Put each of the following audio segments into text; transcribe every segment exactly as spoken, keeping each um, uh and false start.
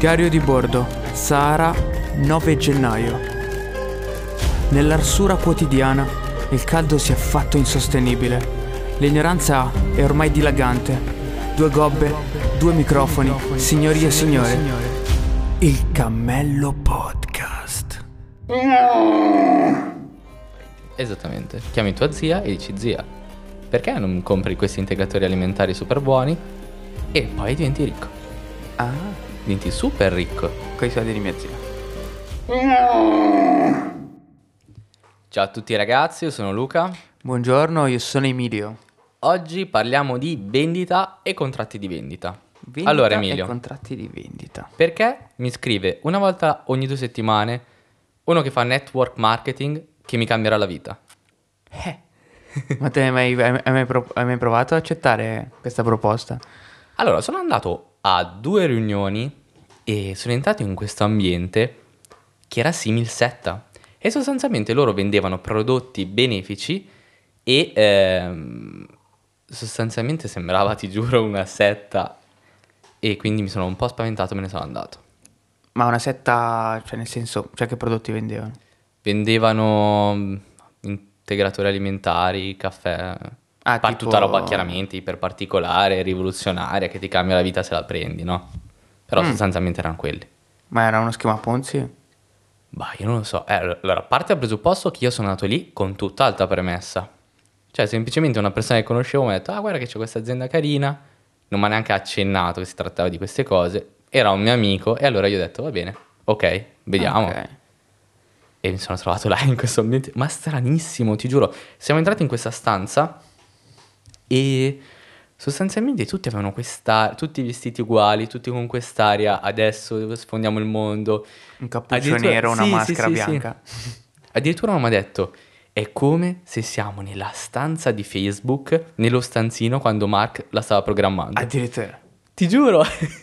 Diario di bordo, Sahara, nove gennaio. Nell'arsura quotidiana il caldo si è fatto insostenibile. L'ignoranza è ormai dilagante. Due gobbe, due microfoni, signorie e signore. Il Cammello Podcast. Esattamente. Chiami tua zia e dici: zia, perché non compri questi integratori alimentari super buoni e poi diventi ricco? Ah, Diventi super ricco. coi soldi di mia zia. Ciao a tutti ragazzi, io sono Luca. Buongiorno, io sono Emilio. Oggi parliamo di vendita e contratti di vendita. Vendita Allora Emilio, e contratti di vendita. perché mi scrive una volta ogni due settimane uno che fa network marketing che mi cambierà la vita? Eh. Ma te hai mai, hai mai pro- hai mai provato ad accettare questa proposta? Allora, sono andato a due riunioni e sono entrato in questo ambiente che era simil setta e sostanzialmente loro vendevano prodotti benefici e ehm, sostanzialmente sembrava, ti giuro, una setta, e quindi mi sono un po' spaventato e me ne sono andato. Ma una setta, cioè nel senso, cioè che prodotti vendevano? Vendevano mm, integratori alimentari, caffè, Ah, pa- tipo- tutta roba chiaramente iper particolare, rivoluzionaria, che ti cambia la vita se la prendi, no? Però Mm. sostanzialmente erano quelli. Ma era uno schema Ponzi? Bah, io non lo so. Eh, allora, parte dal presupposto che io sono nato lì con tutt'altra premessa. Cioè, semplicemente una persona che conoscevo mi ha detto: ah, guarda che c'è questa azienda carina. Non mi ha neanche accennato che si trattava di queste cose. Era un mio amico e allora io ho detto: va bene, ok, vediamo. Ok. E mi sono trovato là in questo ambiente, ma stranissimo, ti giuro. Siamo entrati in questa stanza e sostanzialmente tutti avevano questa, tutti vestiti uguali, tutti con quest'aria: adesso sfondiamo il mondo. Un cappuccio Addirittura- nero, una sì, sì, maschera sì, sì. bianca. Addirittura uno mi ha detto: è come se siamo nella stanza di Facebook, nello stanzino quando Mark la stava programmando. Addirittura. Ti giuro.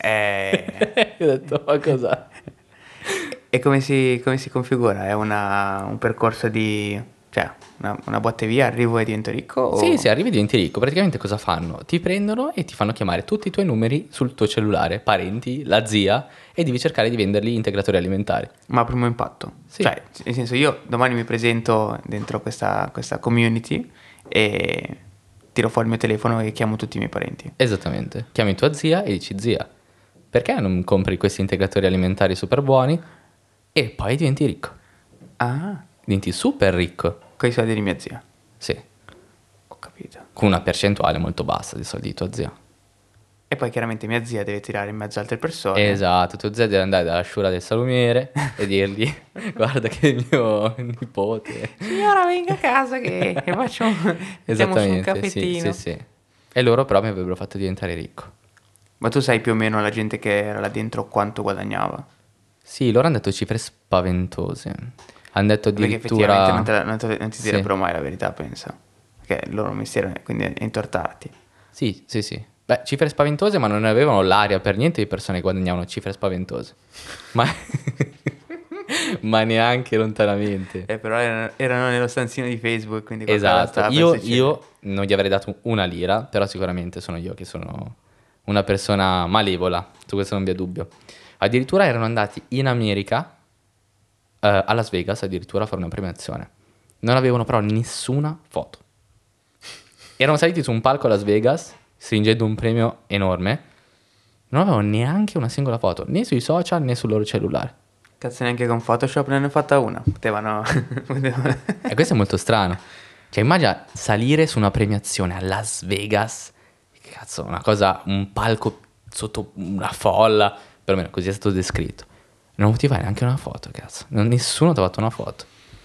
Eh, Io ho detto: ma cosa? e come si, come si configura? È una- un percorso di... Cioè, una, una botte via, arrivo e divento ricco? O... Sì, sì, arrivi e diventi ricco. Praticamente cosa fanno? Ti prendono e ti fanno chiamare tutti i tuoi numeri sul tuo cellulare, parenti, la zia, e devi cercare di vendergli integratori alimentari. Ma a primo impatto? Sì. Cioè, nel senso, io domani mi presento dentro questa, questa community e tiro fuori il mio telefono e chiamo tutti i miei parenti. Esattamente. Chiami tua zia e dici: zia, perché non compri questi integratori alimentari super buoni e poi diventi ricco? Ah, Diventi super ricco. con i soldi di mia zia. Sì, Ho capito. con una percentuale molto bassa di soldi di tua zia. E poi chiaramente mia zia deve tirare in mezzo altre persone. Esatto, tua zia deve andare dalla sciura del salumiere e dirgli: guarda che il mio nipote. Signora, venga a casa che, che faccio mettiamo su un Esattamente, sì, caffettino. sì, sì. E loro però mi avrebbero fatto diventare ricco. Ma tu sai più o meno la gente che era là dentro quanto guadagnava? Sì, loro hanno detto cifre spaventose. Hanno detto Perché addirittura... effettivamente non, te la- non te- non ti Sì. direbbero mai la verità, penso. Perché il loro mestiere è quindi è intortarti. Sì, sì, sì. Beh, cifre spaventose, ma non avevano l'aria per niente di persone che guadagnavano cifre spaventose. Ma... ma neanche lontanamente. Eh, però erano, erano nello stanzino di Facebook, quindi qualcosa Esatto, stava per io, succedere. io non gli avrei dato una lira, però sicuramente sono io che sono una persona malevola, su questo non vi è dubbio. Addirittura erano andati in America, eh, a Las Vegas addirittura, a fare una premiazione. Non avevano però nessuna foto. Erano saliti su un palco a Las Vegas, stringendo un premio enorme, non avevano neanche una singola foto, né sui social né sul loro cellulare. Cazzo, neanche con Photoshop ne hanno fatta una. Potevano... potevano- E questo è molto strano. Cioè, immagina salire su una premiazione a Las Vegas. Che cazzo, una cosa, un palco sotto una folla. Perlomeno così è stato descritto. Non ti fai neanche una foto, cazzo. Non- nessuno ti ha fatto una foto.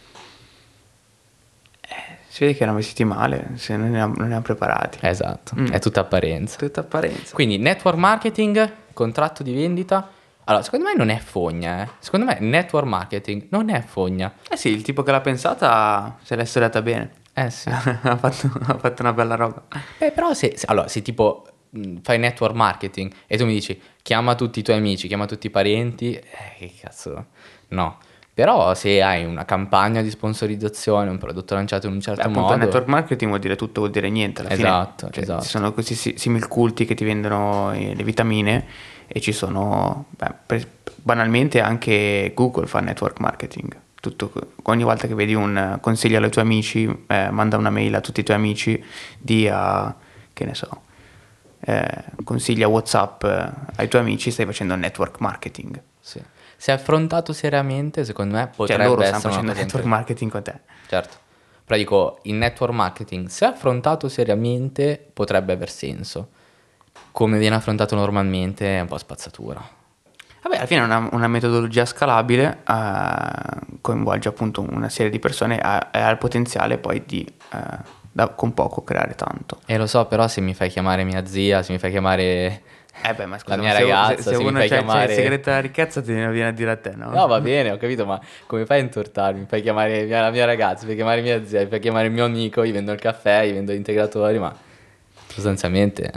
Si vede che erano vestiti male, se non ne hanno, non ne hanno preparati. Esatto, Mm. è tutta apparenza. Tutta apparenza. Quindi, network marketing, contratto di vendita. Allora, secondo me non è fogna, eh. Secondo me network marketing non è fogna. Eh sì, il tipo che l'ha pensata se l'è studiata bene. Eh sì. ha, fatto, ha fatto una bella roba. Beh, però se, se- allora, se tipo mh, fai network marketing e tu mi dici chiama tutti i tuoi amici, chiama tutti i parenti, eh, che cazzo, no. Però se hai una campagna di sponsorizzazione, un prodotto lanciato in un certo Beh, appunto, modo... network marketing vuol dire tutto, vuol dire niente alla Esatto, fine. Cioè, esatto. ci sono questi si- simil culti che ti vendono eh, le vitamine e ci sono, beh, per- banalmente anche Google fa network marketing. Tutto, ogni volta che vedi un consiglio ai tuoi amici, eh, manda una mail a tutti i tuoi amici di, uh, che ne so, eh, consiglia WhatsApp eh, ai tuoi amici, stai facendo network marketing. Sì. Se affrontato seriamente, secondo me Cioè potrebbe loro essere stanno facendo una cosa network marketing con te. Certo, però dico, il network marketing, se affrontato seriamente, potrebbe aver senso. Come viene affrontato normalmente è un po' spazzatura. Vabbè, alla fine è una, una metodologia scalabile, eh, coinvolge appunto una serie di persone e ha il potenziale poi di eh, da, con poco creare tanto. E lo so, però se mi fai chiamare mia zia, se mi fai chiamare Eh beh, ma scusa, la ma mia se, ragazza, se, se, se mi uno fai c'ha, c'ha chiamare... il segreto della ricchezza te ne viene a dire a te, no? No, va bene, ho capito, ma come fai a intortarmi? Mi fai chiamare mia- la mia ragazza, mi fai chiamare mia zia, mi fai chiamare il mio amico, gli vendo il caffè, gli vendo gli integratori, ma sostanzialmente...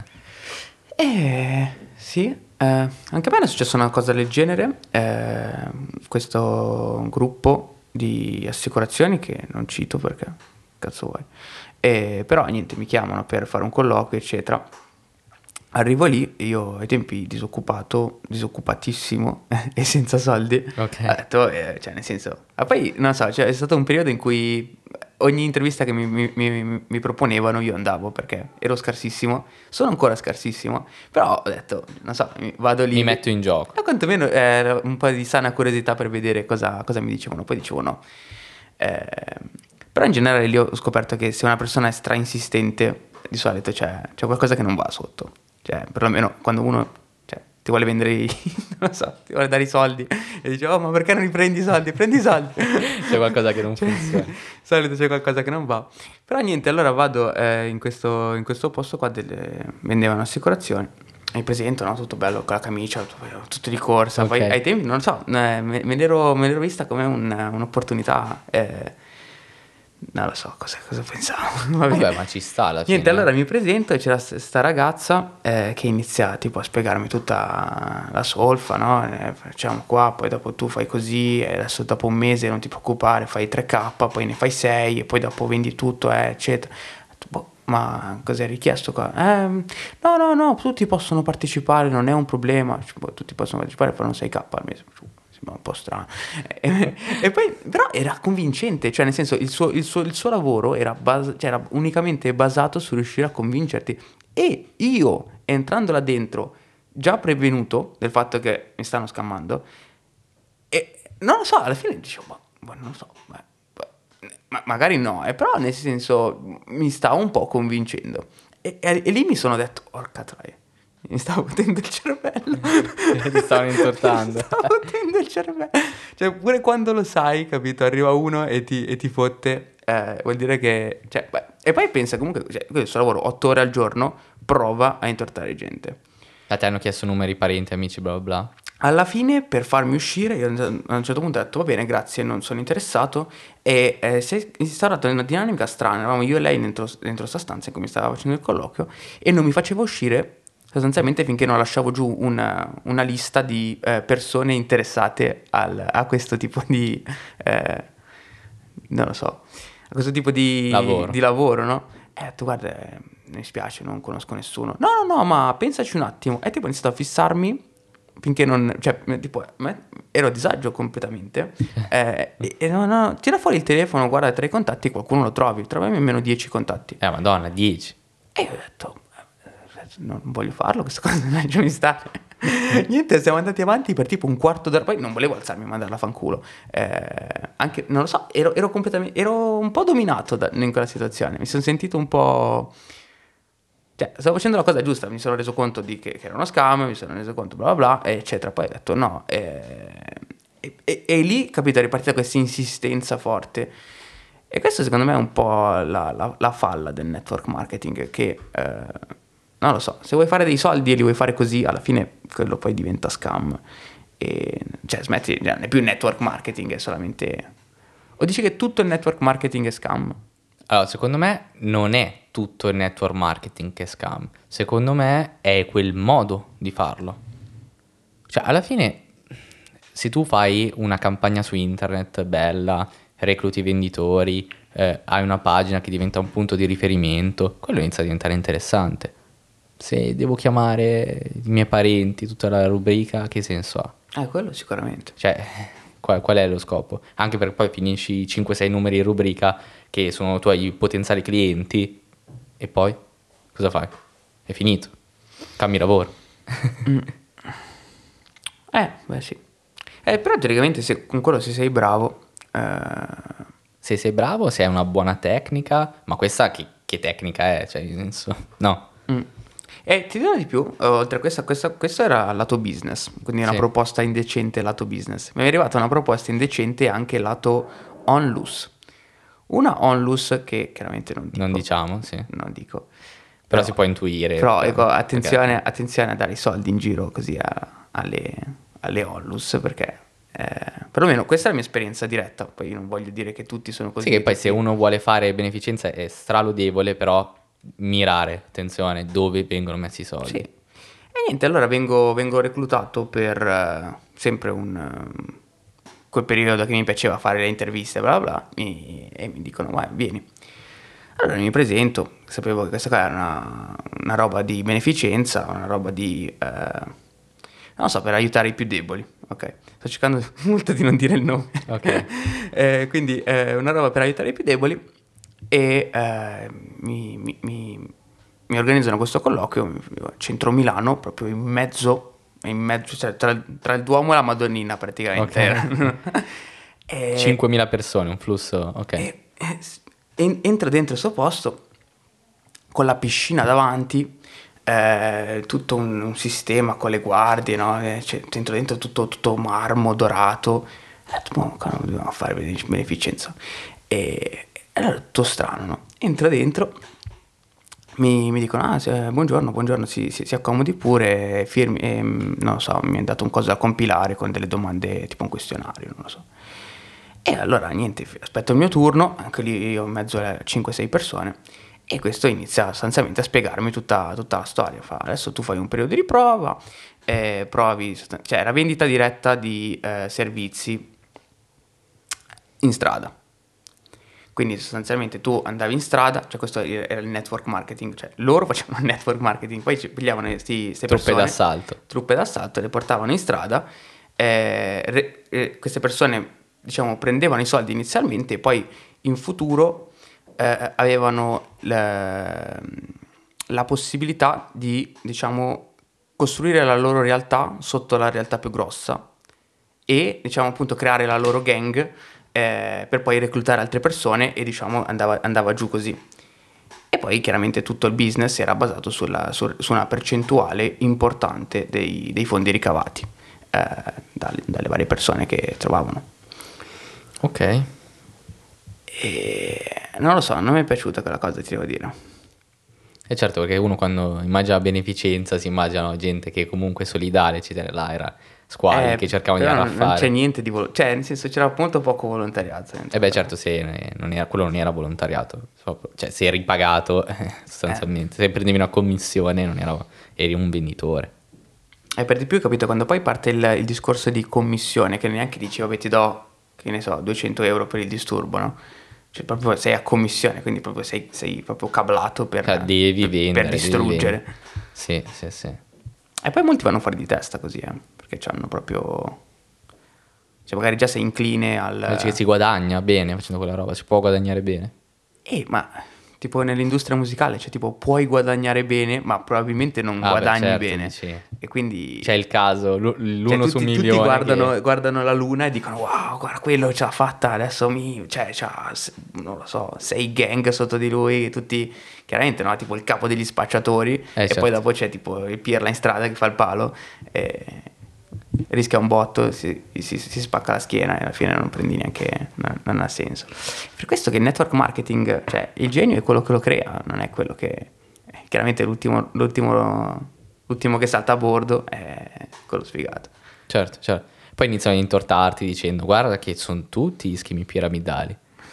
Eh, sì, eh, anche a me è successa una cosa del genere, eh, questo gruppo di assicurazioni che non cito perché cazzo vuoi, eh, però niente, mi chiamano per fare un colloquio eccetera, arrivo lì, io ai tempi disoccupato, disoccupatissimo e senza soldi, Ok. ho detto, eh, cioè nel senso, ma poi non so, cioè, è stato un periodo in cui ogni intervista che mi, mi- mi- mi proponevano io andavo perché ero scarsissimo, sono ancora scarsissimo, però ho detto, non so, mi- vado lì. Mi metto in gioco. Ma quantomeno era un po' di sana curiosità per vedere cosa, cosa mi dicevano, poi dicevo no. Eh, però in generale lì ho scoperto che se una persona è stra insistente, di solito c'è, c'è qualcosa che non va sotto. Cioè, perlomeno quando uno cioè, ti vuole vendere i, non so, ti vuole dare i soldi e dice, oh ma perché non li prendi i soldi? Prendi i soldi. C'è qualcosa che non Cioè, funziona. di solito c'è qualcosa che non va. Però niente, allora vado eh, in questo, in questo posto qua, delle, vendevano assicurazioni. Mi presento, no? Tutto bello, con la camicia, tutto, tutto di corsa. Ok. Poi ai tempi, non lo so, eh, me, me l'ero, me l'ero vista come un- un'opportunità. eh, non lo so cosa, cosa pensavo. Va bene. Vabbè, ma ci sta alla fine. Niente, allora mi presento e c'era questa ragazza eh, che inizia tipo a spiegarmi tutta la solfa, no? Eh, facciamo qua, poi dopo tu fai così, e adesso dopo un mese non ti preoccupare, fai tre K, poi ne fai sei e poi dopo vendi tutto, eh, eccetera. Ho detto, boh, ma cos'è richiesto qua? Eh, no, no, no, tutti possono partecipare, non è un problema. Cioè, boh, tutti possono partecipare, però non sei K al mese. Sembra un po' strano. E, e poi, però era convincente, cioè nel senso il suo, il suo, il suo lavoro era, bas- cioè, era unicamente basato su riuscire a convincerti. E io, entrando là dentro, già prevenuto del fatto che mi stanno scammando, e non lo so, alla fine dicevo, ma, ma non lo so, ma, ma- magari no, eh, però nel senso mi stava un po' convincendo. E, e- e lì mi sono detto, porca troia. Mi stavo potendo il cervello. Ti stavano intortando. Mi stavo potendo il cervello. Cioè, pure quando lo sai, capito? Arriva uno e ti, e ti fotte. eh, vuol dire che. Cioè, beh, e poi pensa comunque. Cioè, questo lavoro otto ore al giorno. Prova a intortare gente. A te hanno chiesto numeri, parenti, amici, bla bla bla. Alla fine, per farmi uscire, io a un certo punto ho detto va bene, grazie, non sono interessato. E eh, si è instaurata una dinamica strana. Eravamo io e lei dentro, dentro sta stanza in cui mi stava facendo il colloquio e non mi faceva uscire sostanzialmente finché non lasciavo giù una, una lista di eh, persone interessate al- a questo tipo di, eh, non lo so, a questo tipo di Lavoro. di lavoro, no? E ho detto, guarda, eh, mi spiace, non conosco nessuno. No, no, no, ma pensaci un attimo. E tipo ho iniziato a fissarmi finché non, cioè, me- tipo, me- ero a disagio completamente. eh, e, e no, no, tira fuori il telefono, guarda tra i contatti, qualcuno lo trovi. Troviamo almeno dieci contatti. Eh, madonna, dieci. E io ho detto, eh, non voglio farlo questa cosa, lasciami stare. Niente, siamo andati avanti per tipo un quarto d'ora, poi non volevo alzarmi e mandarla a fanculo. Eh, anche, non lo so, ero, ero completamente, ero un po' dominato da- in quella situazione, mi sono sentito un po'. Cioè, stavo facendo la cosa giusta, mi sono reso conto di che, che era uno scam, mi sono reso conto bla bla bla, eccetera. Poi ho detto no, eh, e, e- e lì, capito, è ripartita questa insistenza forte. E questo secondo me è un po' la, la- la falla del network marketing, che eh, non lo so, se vuoi fare dei soldi e li vuoi fare così, alla fine quello poi diventa scam. E, cioè, smetti, cioè, non è più network marketing, è solamente. O dici che tutto il network marketing è scam? Allora, secondo me non è tutto il network marketing che è scam. Secondo me è quel modo di farlo. Cioè, alla fine, se tu fai una campagna su internet bella, recluti venditori, eh, hai una pagina che diventa un punto di riferimento, quello inizia a diventare interessante. se devo chiamare i miei parenti, tutta la rubrica, che senso ha? Eh, quello sicuramente. Cioè, qual, qual è lo scopo? Anche perché poi finisci cinque sei numeri in rubrica che sono i tuoi potenziali clienti e poi cosa fai? È finito. Cambi lavoro. Mm. Eh, beh sì. Eh, però teoricamente se, con quello se sei bravo... eh, Se sei bravo, se hai una buona tecnica, ma questa che, che tecnica è? Cioè, nel senso, no. mm. E ti dirò di più, oltre a questa, questa, questo era lato business, quindi una Sì. proposta indecente lato business. Mi è arrivata una proposta indecente anche lato onlus. Una onlus che chiaramente non dico. Non diciamo, sì. Non dico. Però si può intuire. Però per- ecco, attenzione, perché- attenzione a dare i soldi in giro così a- alle, alle onlus, perché eh, perlomeno questa è la mia esperienza diretta. Poi io non voglio dire che tutti sono così. Sì, che poi tutti- se uno vuole fare beneficenza è stralodevole, però mirare, attenzione, dove vengono messi i soldi. Sì. E niente, allora vengo, vengo reclutato per eh, sempre un... eh, quel periodo che mi piaceva fare le interviste, bla bla, bla, mi- e mi dicono, vai, vieni. Allora mi presento, sapevo che questa qua era una, una roba di beneficenza, una roba di... eh, non so, per aiutare i più deboli, ok? Sto cercando molto di non dire il nome. Ok. Eh, quindi eh, una roba per aiutare i più deboli e eh, mi, mi- mi- mi organizzano questo colloquio a centro Milano, proprio in mezzo, in mezzo cioè tra, tra il Duomo e la Madonnina praticamente. Ok. Era. E- cinquemila persone, un flusso, ok. e, e s- en- entra dentro il suo posto con la piscina davanti, eh, tutto un, un sistema con le guardie, no? E c'è dentro, dentro tutto, tutto marmo dorato. Ho detto, ma qua non dobbiamo fare bene- beneficenza. E, e allora tutto strano, no? Entra dentro, mi, mi dicono, ah, se- buongiorno, buongiorno, si, si, si accomodi pure, firmi, e, non lo so, mi è dato un coso da compilare con delle domande, tipo un questionario, non lo so. E allora niente, aspetto il mio turno, anche lì io in mezzo a cinque sei persone, e questo inizia sostanzialmente a spiegarmi tutta, tutta la storia. Fa, adesso tu fai un periodo di prova, eh, provi, sostan- cioè la vendita diretta di eh, servizi in strada. Quindi sostanzialmente tu andavi in strada, cioè questo era il network marketing, cioè loro facevano il network marketing, poi ci pigliavano queste Truppe persone, d'assalto. truppe d'assalto, le portavano in strada, eh, re- eh, queste persone diciamo prendevano i soldi inizialmente e poi in futuro eh, avevano la, la possibilità di diciamo costruire la loro realtà sotto la realtà più grossa e diciamo appunto creare la loro gang eh, per poi reclutare altre persone e diciamo andava, andava giù così. E poi chiaramente tutto il business era basato sulla, su, su una percentuale importante dei, dei fondi ricavati eh, dalle, dalle varie persone che trovavano. Ok. E non lo so, non mi è piaciuta quella cosa, ti devo dire. E certo, perché uno quando immagina beneficenza si immagina gente che comunque è solidale, eccetera. Là era squadre Eh, che cercavano di però non, non c'è arraffare. niente di volontariato, cioè nel senso c'era molto poco volontariato. E beh, certo, se non era, quello non era volontariato, cioè se eri pagato eh, sostanzialmente, se prendevi una commissione non era, eri un venditore. E per di più, capito, quando poi parte il, il discorso di commissione, che neanche dici, vabbè, ti do, che ne so, duecento euro per il disturbo, no? Cioè proprio sei a commissione, quindi proprio sei, sei proprio cablato per, Cioè, devi per- vendere, per devi distruggere. vendere. Sì, sì, sì. E poi molti vanno fuori di testa così, eh, perché hanno proprio... Cioè magari già sei incline al... Invece che si guadagna bene facendo quella roba, si può guadagnare bene. Eh, ma tipo nell'industria musicale, cioè tipo puoi guadagnare bene, ma probabilmente non Ah, beh, guadagni certo, bene. dici. E quindi... C'è il caso, l'u- Cioè, l'uno su un tutti, tutti milione guardano, che- guardano la luna e dicono wow, guarda quello ce l'ha fatta, adesso mi... Cioè, c'ha, s- non lo so, sei gang sotto di lui, tutti... Chiaramente, no? Tipo il capo degli spacciatori Eh, e certo. poi dopo c'è tipo il pirla in strada che fa il palo e rischia un botto, si, si- si spacca la schiena e alla fine non prendi neanche... Non, non ha senso. Per questo che il network marketing, cioè il genio è quello che lo crea, non è quello che... eh, Chiaramente l'ultimo, l'ultimo, l'ultimo che salta a bordo è quello sfigato. Certo, certo. Poi iniziano ad intortarti dicendo guarda che sono tutti schemi piramidali.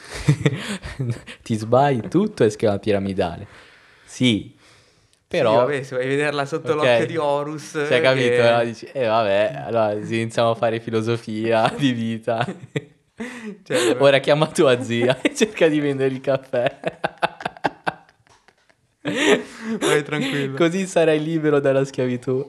Ti sbagli, tutto è schema piramidale. Sì, però... Sì, vabbè, se vuoi vederla sotto Ok. l'occhio di Horus... Si è capito, che- no? Dici, eh vabbè, allora iniziamo a fare filosofia di vita. Cioè, Ora chiama tua zia e cerca di vendere il caffè. Vai tranquillo. Così sarai libero dalla schiavitù.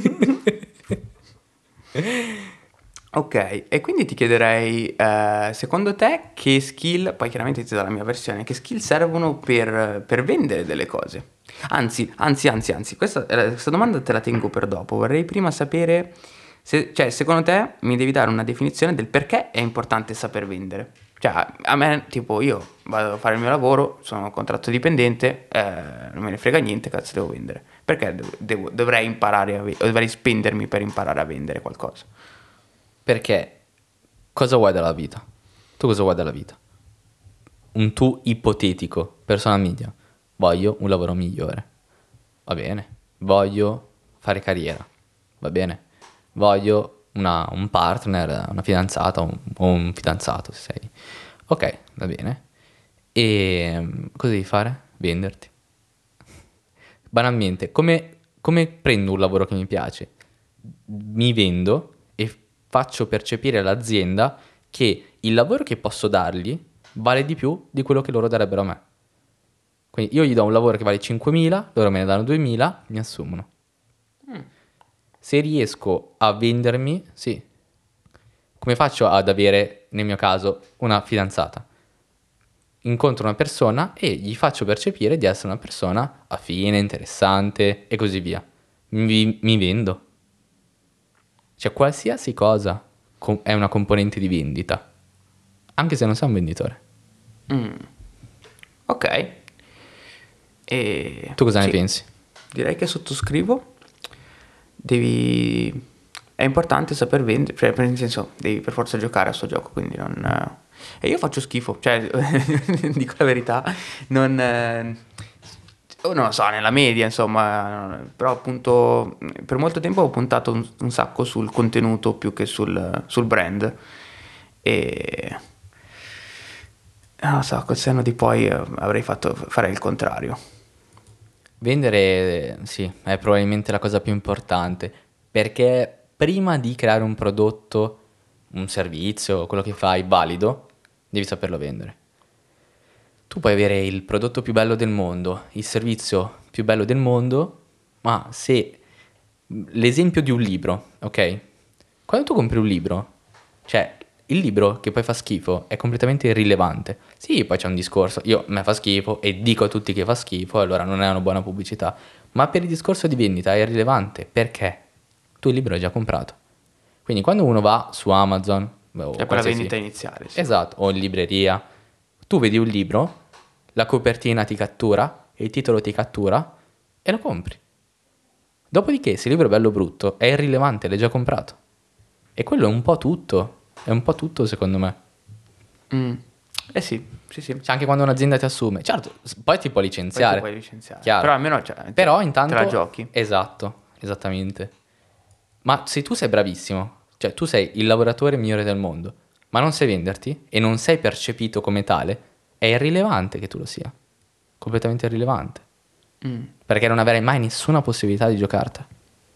Ok, e quindi ti chiederei, eh, secondo te che skill, poi chiaramente ti do la mia versione, che skill servono per, per vendere delle cose? Anzi, anzi, anzi, anzi, questa, eh, questa domanda te la tengo per dopo. Vorrei prima sapere, se, cioè, secondo te mi devi dare una definizione del perché è importante saper vendere. Cioè, a me, tipo, io vado a fare il mio lavoro, sono contratto dipendente, eh, non me ne frega niente, cazzo devo vendere. Perché devo- devo- dovrei imparare a ve- o dovrei spendermi per imparare a vendere qualcosa? Perché cosa vuoi dalla vita? Tu cosa vuoi dalla vita? Un tu ipotetico, persona media. Voglio un lavoro migliore. Va bene. Voglio fare carriera. Va bene. Voglio una- un partner, una fidanzata un- o un fidanzato se sei. Ok, va bene. E mm, cosa devi fare? Venderti. Banalmente, come, come prendo un lavoro che mi piace? Mi vendo e faccio percepire all'azienda che il lavoro che posso dargli vale di più di quello che loro darebbero a me. Quindi io gli do un lavoro che vale cinquemila, loro me ne danno duemila, mi assumono. Se riesco a vendermi, sì. Come faccio ad avere, nel mio caso, una fidanzata? Incontro una persona e gli faccio percepire di essere una persona affine, interessante e così via. Mi, mi vendo. Cioè qualsiasi cosa com- è una componente di vendita, anche se non sei un venditore. Ok. E Tu cosa ne sì, pensi? direi che sottoscrivo. Devi... È importante saper vendere, cioè, nel senso, devi per forza giocare a sto gioco, quindi non... eh, E io faccio schifo, cioè, dico la verità, non... eh, o non lo so, nella media, insomma, però appunto per molto tempo ho puntato un, un sacco sul contenuto più che sul, sul brand. E... Non lo so, col senno di poi eh, avrei fatto fare il contrario. Vendere, eh, sì, è probabilmente la cosa più importante, perché prima di creare un prodotto, un servizio, quello che fai valido, devi saperlo vendere. Tu puoi avere il prodotto più bello del mondo, il servizio più bello del mondo, ma se l'esempio di un libro, ok? Quando tu compri un libro, cioè il libro che poi fa schifo è completamente irrilevante. Sì, poi c'è un discorso, io a me fa schifo e dico a tutti che fa schifo, allora non è una buona pubblicità, ma per il discorso di vendita è irrilevante perché tu il libro hai già comprato. Quindi quando uno va su Amazon o È per la qualsiasi- vendita iniziale, sì. esatto, o in libreria, tu vedi un libro, la copertina ti cattura, il titolo ti cattura e lo compri. Dopodiché, se il libro è bello o brutto, è irrilevante, l'hai già comprato. E quello è un po' tutto, è un po' tutto secondo me. Mm. Eh sì, sì, sì. Cioè anche quando un'azienda ti assume, certo, s- poi ti può Poi licenziare. ti puoi licenziare. Chiaro. Però almeno cioè, te- Però intanto... te la giochi. Esatto, esattamente. Ma se tu sei bravissimo, cioè tu sei il lavoratore migliore del mondo, ma non sai venderti e non sei percepito come tale, è irrilevante che tu lo sia. Completamente irrilevante. Mm. Perché non avrai mai nessuna possibilità di giocartela.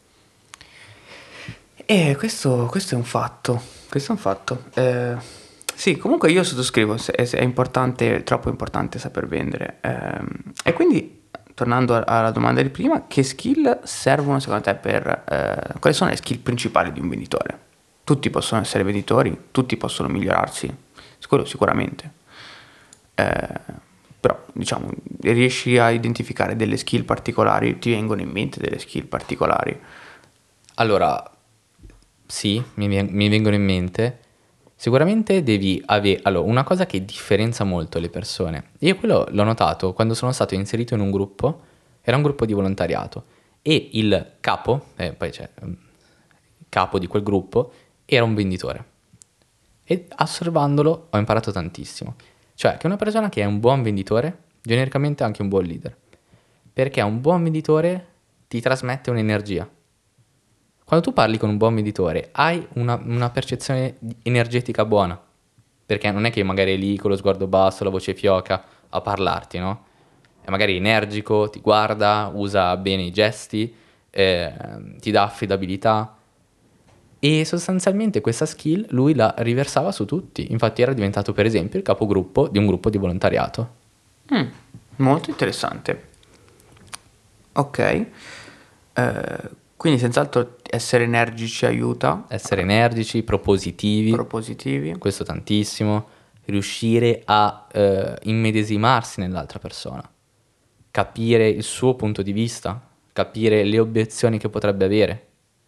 E questo, questo è un fatto. Questo è un fatto. Eh, sì, comunque io sottoscrivo, se- è, è importante, è troppo importante saper vendere. Ehm, e quindi, tornando a- alla domanda di prima, che skill servono secondo te per... eh, quali sono le skill principali di un venditore? Tutti possono essere venditori, tutti possono migliorarsi, quello sicuramente. Eh, però, diciamo, riesci a identificare delle skill particolari? Ti vengono in mente delle skill particolari? Allora, sì, mi, vien- mi vengono in mente. Sicuramente devi avere... Allora, una cosa che differenzia molto le persone. Io quello l'ho notato quando sono stato inserito in un gruppo, era un gruppo di volontariato, e il capo, eh, poi c'è um, il capo di quel gruppo, era un venditore. E osservandolo ho imparato tantissimo. Cioè che una persona che è un buon venditore, genericamente è anche un buon leader. Perché un buon venditore ti trasmette un'energia. Quando tu parli con un buon venditore, hai una, una percezione di- energetica buona. Perché non è che magari è lì con lo sguardo basso, la voce fioca a parlarti, no? È magari energico, ti guarda, usa bene i gesti, eh, ti dà affidabilità. E sostanzialmente questa skill lui la riversava su tutti. Infatti era diventato per esempio il capogruppo di un gruppo di volontariato. Mm, molto interessante. Ok. Eh, quindi senz'altro essere energici aiuta, Essere energici, propositivi, propositivi. questo tantissimo, riuscire a eh, immedesimarsi nell'altra persona, capire il suo punto di vista, capire le obiezioni che potrebbe avere.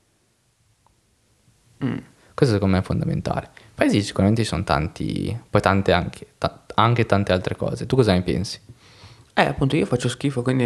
Questo secondo me è fondamentale. Poi sì, sicuramente ci sono tanti, poi tante anche, ta- anche tante altre cose. Tu cosa ne pensi? Eh, appunto, io faccio schifo, quindi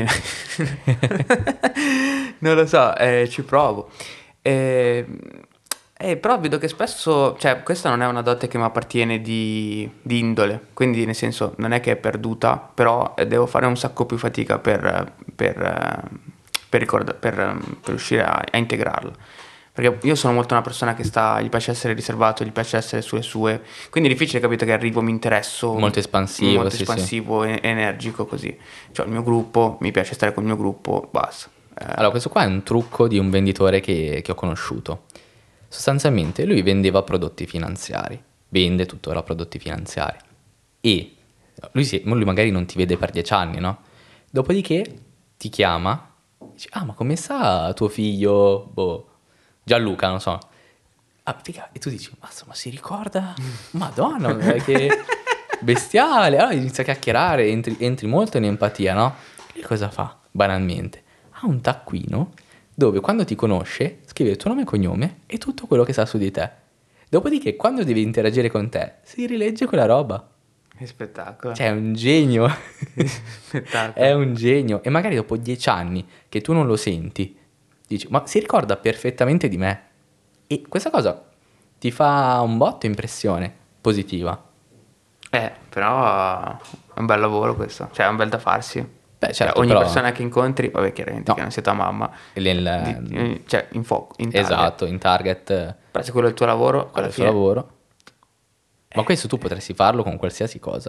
non lo so, eh, ci provo. Eh, eh, però vedo che spesso, cioè, questa non è una dote che mi appartiene di, di indole, quindi nel senso non è che è perduta, però eh, devo fare un sacco più fatica per, per, eh, per, ricorda- per, eh, per riuscire a, a integrarla. Perché io sono molto una persona che sta, gli piace essere riservato, gli piace essere sulle sue, quindi è difficile, capito, che arrivo, mi interesso, Molto espansivo, molto sì, sì. espansivo, e- energico così. Cioè il mio gruppo, mi piace stare con il mio gruppo, basta. Eh, Allora, questo qua è un trucco di un venditore che, che ho conosciuto. Sostanzialmente lui vendeva prodotti finanziari, vende tuttora prodotti finanziari. E lui, si- lui magari non ti vede per dieci anni, no? Dopodiché ti chiama, dice, ah, ma come sta tuo figlio, boh, Gianluca, non so. Ah, figa, e tu dici, ma insomma, si ricorda? Madonna, eh, che bestiale. Allora inizia a chiacchierare, entri, entri molto in empatia, no? E cosa fa? Banalmente. Ha un taccuino dove quando ti conosce scrive il tuo nome e cognome e tutto quello che sa su di te. Dopodiché, quando deve interagire con te, si rilegge quella roba. che spettacolo. Cioè, è un genio. Spettacolo. È un genio. E magari dopo dieci anni che tu non lo senti, dici, ma si ricorda perfettamente di me. E questa cosa ti fa un botto impressione positiva. Eh, però è un bel lavoro questo, cioè è un bel da farsi. Beh, Cioè, certo, ogni però... persona che incontri, vabbè, chiaramente No. che non sia tua mamma, Nel- di- cioè in fuoco, in target. esatto, in target, eh, Però se quello è il tuo lavoro, quello alla è il suo fine... lavoro. Ma questo tu potresti farlo con qualsiasi cosa.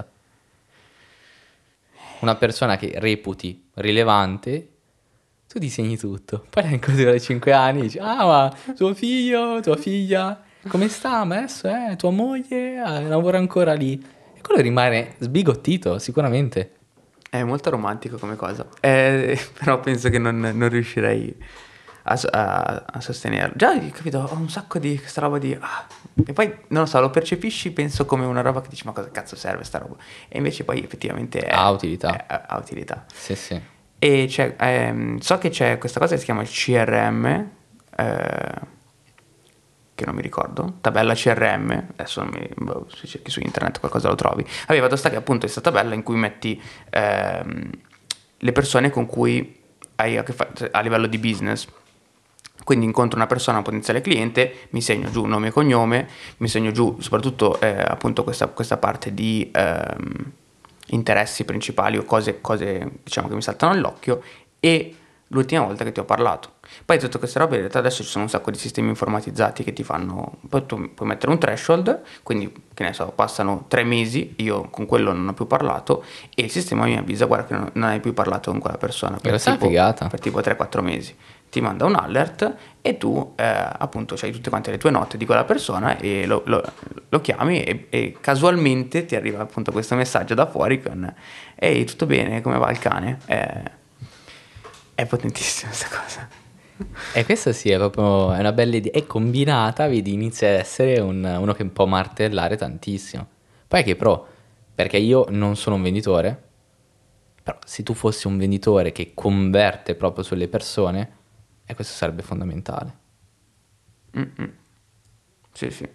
Una persona che reputi rilevante, tu disegni tutto. Poi la incontri tra cinque anni e dici, ah, ma tuo figlio, tua figlia, come sta adesso, eh? Tua moglie ah, lavora ancora lì. E quello rimane sbigottito, sicuramente. È molto romantico come cosa, Eh, però penso che non, non riuscirei a, so- a- a sostenerlo. Già, hai capito, ho un sacco di questa roba di... ah, e poi, non lo so, lo percepisci, penso come una roba che dici, ma cosa cazzo serve sta roba? E invece poi effettivamente è, Ha utilità. è- ha utilità. Sì, sì. E c'è, ehm, so che c'è questa cosa che si chiama il C R M, eh, che non mi ricordo, tabella C R M, adesso non mi, boh, se cerchi su internet qualcosa lo trovi. Vabbè, vado sta che appunto è questa tabella in cui metti ehm, le persone con cui hai a che fare a livello di business. Quindi incontro una persona, un potenziale cliente, mi segno giù nome e cognome, mi segno giù soprattutto eh, appunto questa, questa parte di ehm, interessi principali o cose, cose diciamo che mi saltano all'occhio e l'ultima volta che ti ho parlato. Poi tutte queste robe in realtà adesso ci sono un sacco di sistemi informatizzati che ti fanno, poi tu puoi mettere un threshold, quindi che ne so, passano tre mesi, io con quello non ho più parlato e il sistema mi avvisa, guarda che non, non hai più parlato con quella persona per Questa è tipo, figata. per tipo tre quattro mesi. Ti manda un alert e tu eh, appunto c'hai tutte quante le tue note di quella persona e lo, lo- lo chiami e, e casualmente ti arriva appunto questo messaggio da fuori con ehi, tutto bene, come va il cane? Eh, è potentissima questa cosa. E questa sì, è proprio è una bella idea. E combinata, vedi, inizia ad essere un- uno che può martellare tantissimo. Poi è che pro, perché io non sono un venditore, però se tu fossi un venditore che converte proprio sulle persone, e questo sarebbe fondamentale. Mm-mm. Sì, sì.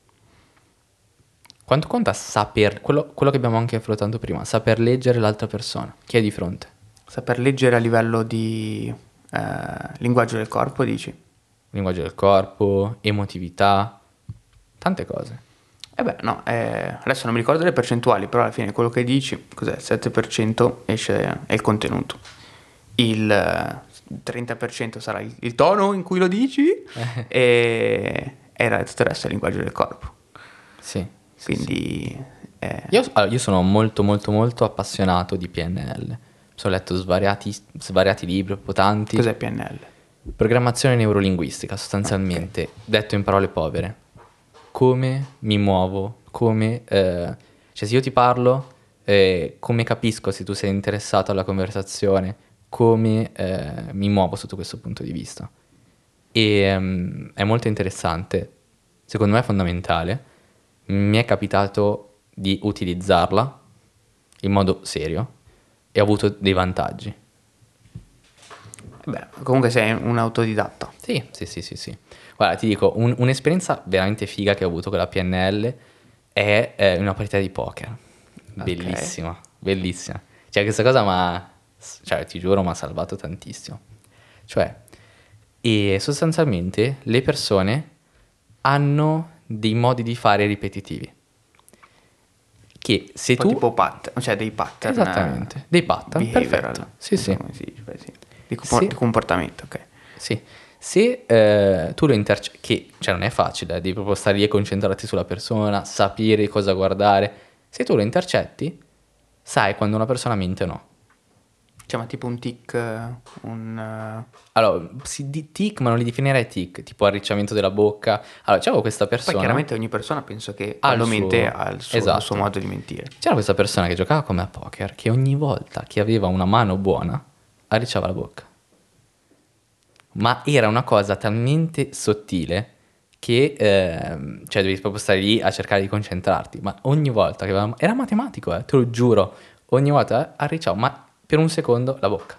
Quanto conta saper, quello, quello che abbiamo anche affrontato prima, saper leggere l'altra persona, chi è di fronte? Saper leggere a livello di eh, linguaggio del corpo, dici? Linguaggio del corpo, emotività, tante cose. Eh beh, no, eh, adesso non mi ricordo le percentuali, però alla fine quello che dici, cos'è? Il sette per cento esce, è il contenuto. Il eh, trenta per cento sarà il, il tono in cui lo dici e, e il- tutto il resto è il linguaggio del corpo. Sì. sì, sì. Quindi... eh, Io, allora, io sono molto molto molto appassionato di P N L. Mi sono letto svariati, svariati libri, proprio tanti. cos'è P N L? Programmazione neurolinguistica, sostanzialmente, detto in parole povere. Come mi muovo, come... eh, cioè se io ti parlo, eh, come capisco se tu sei interessato alla conversazione, come eh, mi muovo sotto questo punto di vista. E um, è molto interessante, secondo me è fondamentale. Mi è capitato di utilizzarla in modo serio e ho avuto dei vantaggi. Beh, comunque sei un autodidatta. Sì, sì, sì, sì, sì. Guarda, ti dico, un- un'esperienza veramente figa che ho avuto con la P N L è eh, una partita di poker. Bellissima, bellissima. Cioè, questa cosa ma cioè, ti giuro, mi ha salvato tantissimo. Cioè, e sostanzialmente le persone hanno dei modi di fare ripetitivi. Che se Un po' tu... tipo pat- cioè dei pattern. Esattamente, dei pattern, behavioral. perfetto. Sì, sì. Come si dice, beh, sì. Di, compor- Sì. di comportamento, ok. Sì, se eh, tu lo intercetti, che cioè non è facile, eh, devi proprio stare lì e concentrarti sulla persona, sapere cosa guardare. Se tu lo intercetti, sai quando una persona mente o no. Cioè, ma tipo un tic, un... eh, Allora, si di tic, ma non li definirei tic, tipo arricciamento della bocca. Allora, c'avevo questa persona... Poi chiaramente ogni persona penso che Ha il quando mente suo- ha il suo, esatto. il suo modo di mentire. C'era questa persona che giocava come a poker, che ogni volta che aveva una mano buona, arricciava la bocca. Ma era una cosa talmente sottile che ehm, cioè devi proprio stare lì a cercare di concentrarti. Ma ogni volta che aveva... Era matematico, eh, te lo giuro. Ogni volta eh, arricciava, ma per un secondo la bocca.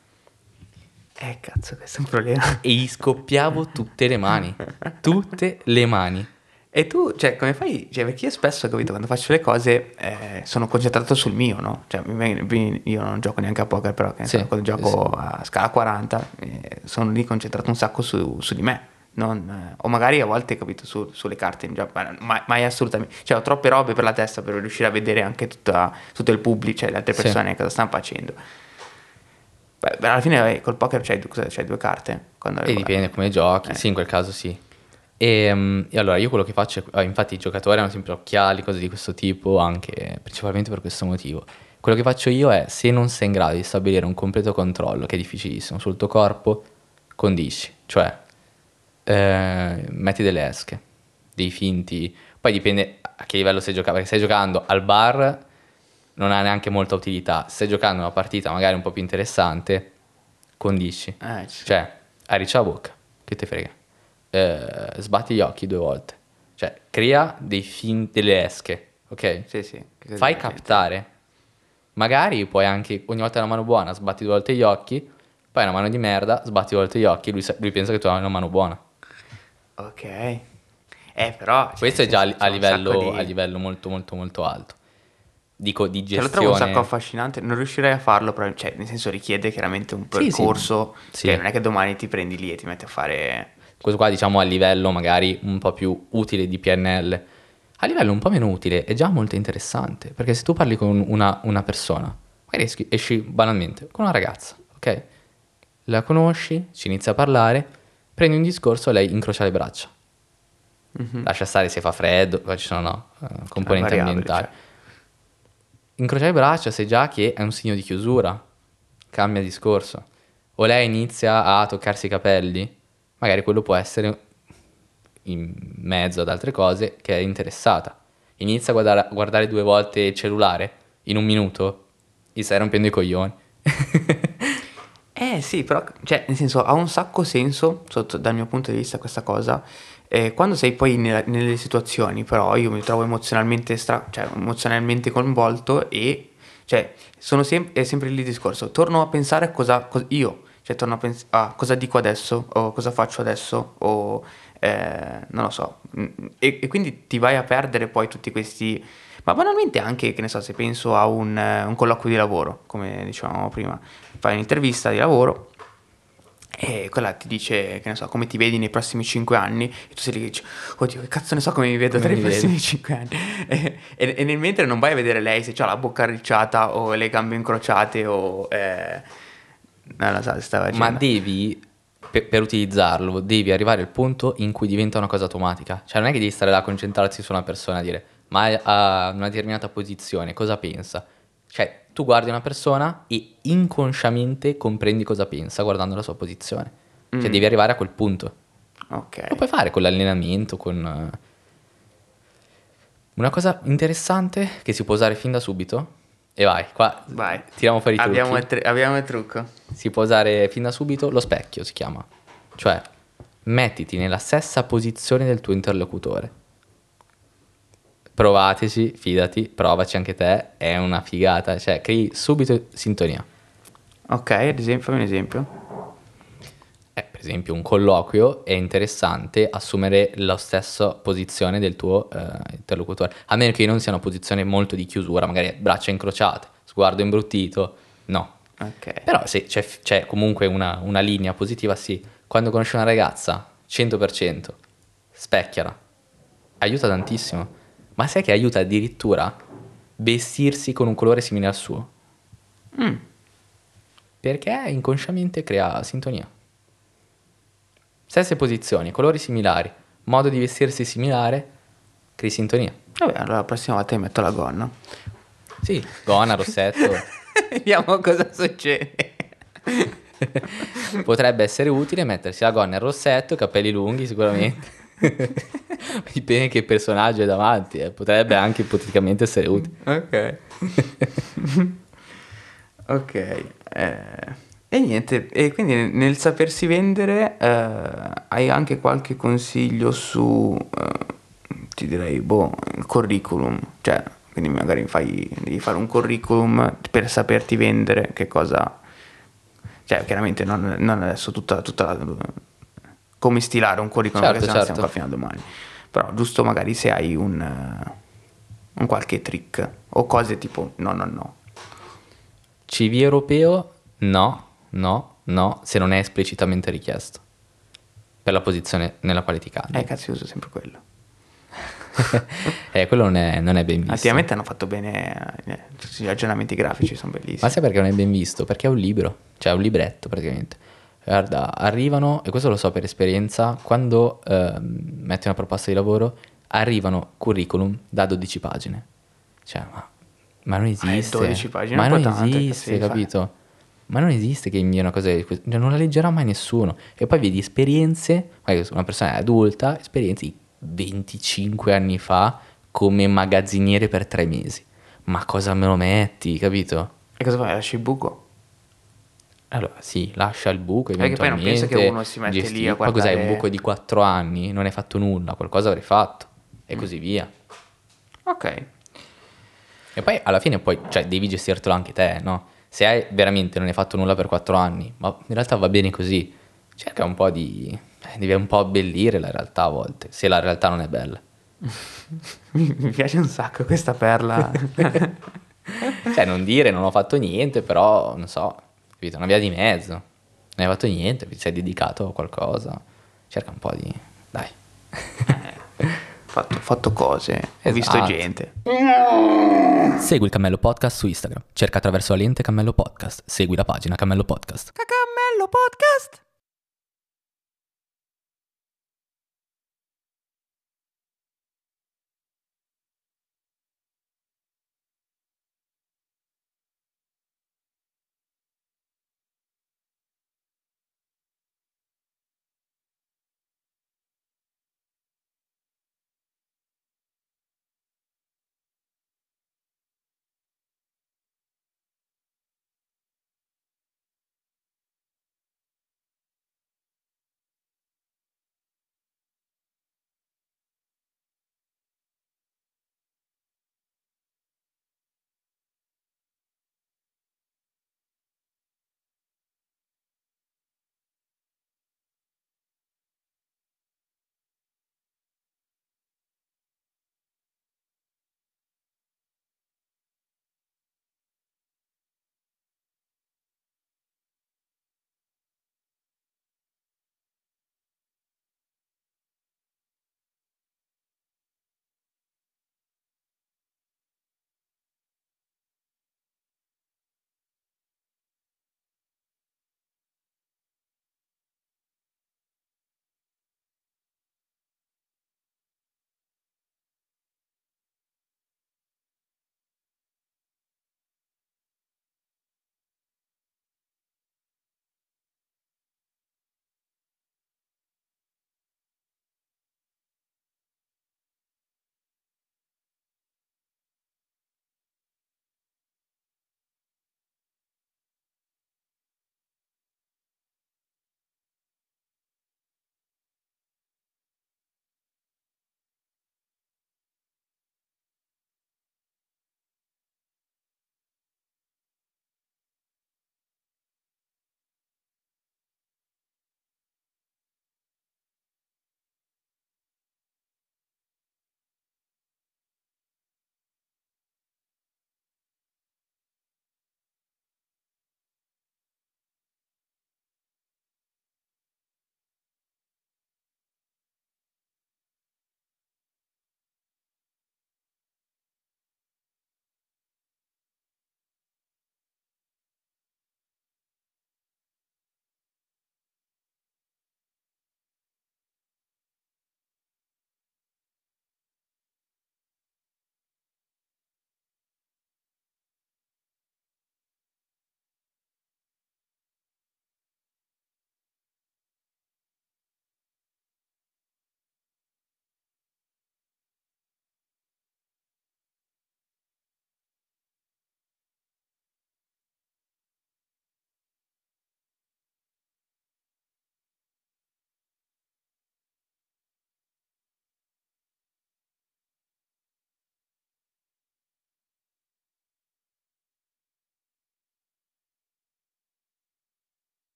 Eh, cazzo, questo è un problema. E gli scoppiavo tutte le mani. Tutte le mani. E tu, cioè, come fai? Cioè, perché io spesso, capito, quando faccio le cose eh, sono concentrato sul mio, no? Cioè, mi- mi- io non gioco neanche a poker, però che ne so, Sì, quando sì, gioco a scala quaranta eh, sono lì concentrato un sacco su, su di me. Non, eh, o magari a volte, capito, su- sulle carte in gioco, ma mai, mai assolutamente. Cioè, ho troppe robe per la testa per riuscire a vedere anche tutta, tutto il pubblico, cioè le altre Sì. persone cosa stanno facendo. Beh, beh, alla fine eh, col poker c'hai, due- cosa- c'hai due carte. Quando E dipende come giochi. Eh. Sì, in quel caso sì. E, mm, e allora io quello che faccio è, eh, infatti i giocatori hanno sempre occhiali, cose di questo tipo, anche principalmente per questo motivo. Quello che faccio io è, se non sei in grado di stabilire un completo controllo, che è difficilissimo, sul tuo corpo, condisci. Cioè, eh, metti delle esche, dei finti. Poi dipende a che livello stai giocando, perché stai giocando al bar non ha neanche molta utilità. Se stai giocando una partita magari un po' più interessante, condisci. Eh, ci- Cioè, arriccia la bocca, che te frega. Eh, sbatti gli occhi due volte. Cioè, crea dei fin- delle esche, ok? Sì, sì. Che cosa Fai divertente. captare. Magari puoi anche, ogni volta una mano buona, sbatti due volte gli occhi, poi una mano di merda, sbatti due volte gli occhi, lui, sa- lui pensa che tu hai una mano buona. Ok. Eh, però... cioè, Questo è nel già a, senso, a c'è un sacco livello, di- a livello molto molto molto alto. Dico di Cioè, gestione. lo trovo un sacco affascinante, non riuscirei a farlo, però, cioè, nel senso richiede chiaramente un Sì, sì. percorso, Sì. che non è che domani ti prendi lì e ti metti a fare... Questo qua diciamo a livello magari un po' più utile di P N L. A livello un po' meno utile è già molto interessante, perché se tu parli con una, una persona, magari esci, esci banalmente con una ragazza, ok? La conosci, ci inizi a parlare, prendi un discorso, lei incrocia le braccia. Lascia stare se fa freddo, poi ci sono no, eh, componenti variabili, ambientali. cioè. Incrocia le braccia, sai già che è un segno di chiusura, cambia discorso. O lei inizia a toccarsi i capelli, magari quello può essere in mezzo ad altre cose che è interessata. Inizia a guardare, guardare due volte il cellulare in un minuto, gli stai rompendo i coglioni. Eh sì, però, cioè, nel senso, ha un sacco senso, sotto, dal mio punto di vista, questa cosa. Eh, quando sei poi nella- nelle situazioni, però, io mi trovo emozionalmente, stra- cioè, emozionalmente coinvolto e, cioè, sono sem- è sempre lì il discorso. Torno a pensare a cosa, cos- io, cioè, torno a pensare a cosa dico adesso, o cosa faccio adesso, o, eh, non lo so. Mm, E, e quindi ti vai a perdere poi tutti questi... Ma banalmente anche, che ne so, se penso a un, eh, un colloquio di lavoro, come dicevamo prima, fai un'intervista di lavoro e quella ti dice, che ne so, come ti vedi nei prossimi cinque anni e tu sei lì che dici, oddio, che cazzo ne so come mi vedo Come tra i mi prossimi vedi? cinque anni. E, e- e nel mentre non vai a vedere lei se ha la bocca arricciata o le gambe incrociate o... Eh, non lo so, se stava Ma dicendo. devi, per, per utilizzarlo, devi arrivare al punto in cui diventa una cosa automatica. Cioè non è che devi stare là a concentrarsi su una persona e dire, ma è a una determinata posizione, cosa pensa? Cioè, tu guardi una persona e inconsciamente comprendi cosa pensa guardando la sua posizione. Cioè, Mm. devi arrivare a quel punto. Ok. Lo puoi fare con l'allenamento, con... eh, Una cosa interessante che si può usare fin da subito E vai, qua Vai. tiriamo fuori i trucchi. Abbiamo il, tr- abbiamo il trucco. Si può usare fin da subito lo specchio, si chiama. Cioè, mettiti nella stessa posizione del tuo interlocutore. Provateci, fidati, provaci anche te, è una figata, cioè crei subito sintonia. Ok, ad esempio, fammi un esempio. Eh, per esempio, un colloquio è interessante assumere la stessa posizione del tuo eh, interlocutore, a meno che non sia una posizione molto di chiusura, magari braccia incrociate, sguardo imbruttito, no. Ok. Però se c'è, c'è comunque una, una linea positiva, sì. Quando conosci una ragazza, cento per cento, specchiala. Aiuta tantissimo. Ma sai che aiuta addirittura vestirsi con un colore simile al suo? Mm. Perché inconsciamente crea sintonia. Stesse posizioni, colori similari, modo di vestirsi similare, crei sintonia. Vabbè, allora la prossima volta mi metto la gonna. Sì, gonna, rossetto. Vediamo cosa succede. Potrebbe essere utile mettersi la gonna e il rossetto, capelli lunghi sicuramente. Dipende che personaggio è davanti, eh. Potrebbe anche ipoteticamente essere utile. Ok. Ok. Eh, e niente, e quindi nel sapersi vendere eh, hai anche qualche consiglio su, eh, ti direi, boh, il curriculum. Cioè, quindi magari fai, devi fare un curriculum per saperti vendere, che cosa... Cioè, chiaramente non, non adesso tutta, tutta la, come stilare un curriculum, Certo, perché sennò certo. stiamo qua fino a domani. Però giusto magari se hai un, eh, un qualche trick o cose tipo no, no, no. C V europeo? No, no, no, se non è esplicitamente richiesto. Per la posizione nella quale ti cadi. Eh, cazzo, io uso sempre quello. eh, quello non è, non è ben visto. Ultimamente hanno fatto bene, eh, tutti gli aggiornamenti grafici sono bellissimi. Ma sai perché non è ben visto? Perché è un libro, cioè è un libretto praticamente. Guarda, arrivano, e questo lo so per esperienza, quando ehm, metti una proposta di lavoro, arrivano curriculum da dodici pagine. Cioè, ma, ma non esiste. dodici pagine ma è un non po' tante, esiste, sì, capito? Ma non esiste che invia una cosa di questo, cioè, non la leggerà mai nessuno. E poi vedi esperienze, magari una persona è adulta, esperienze di venticinque anni fa come magazziniere per tre mesi. Ma cosa me lo metti, capito? E cosa fai? Lasci il buco? Allora, sì, lascia il buco Perché poi non eventualmente. penso che uno si mette gesti- lì a Poi cos'è, un guardare- buco di quattro anni? Non hai fatto nulla, qualcosa avrei fatto. E Mm. così via. Ok. E poi alla fine poi, cioè, devi gestirtelo anche te, no? Se hai veramente non hai fatto nulla per quattro anni, ma in realtà va bene così. Cerca un po' di... eh, devi un po' abbellire la realtà a volte, se la realtà non è bella. Mi mi piace un sacco questa perla. Cioè, non dire non ho fatto niente, però, non so, capito? Una via di mezzo. Non hai fatto niente, ti sei dedicato a qualcosa. Cerca un po' di... Dai. fatto, fatto cose, ho visto Esatto. gente. Segui il Cammello Podcast su Instagram. Cerca attraverso la lente Cammello Podcast. Segui la pagina Cammello Podcast. Cammello Podcast.